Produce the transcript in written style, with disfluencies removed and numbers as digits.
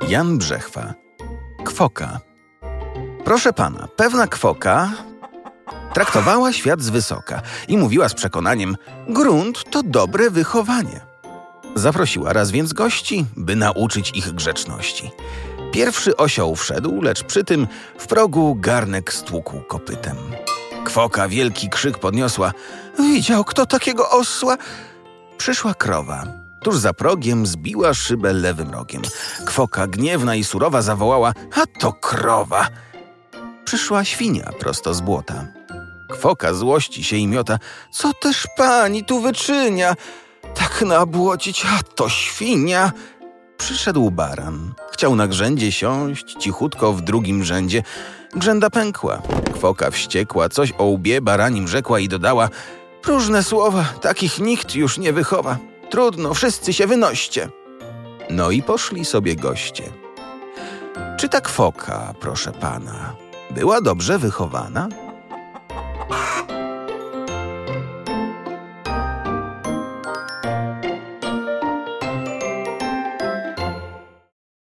Jan Brzechwa. Kwoka. Proszę pana, pewna kwoka traktowała świat z wysoka i mówiła z przekonaniem: grunt to dobre wychowanie. Zaprosiła raz więc gości, by nauczyć ich grzeczności. Pierwszy osioł wszedł, lecz przy tym w progu garnek stłukł kopytem. Kwoka wielki krzyk podniosła: widział kto takiego osła? Przyszła krowa. Tuż za progiem zbiła szybę lewym rogiem. Kwoka gniewna i surowa zawołała: a to krowa! Przyszła świnia prosto z błota. Kwoka złości się i miota: co też pani tu wyczynia? Tak nabłocić, a to świnia! Przyszedł baran. Chciał na grzędzie siąść, cichutko w drugim rzędzie. Grzęda pękła. Kwoka wściekła, coś o łbie baranim rzekła i dodała: próżne słowa, takich nikt już nie wychowa. Trudno, wszyscy się wynoście. No i poszli sobie goście. Czy ta kwoka, proszę pana, była dobrze wychowana?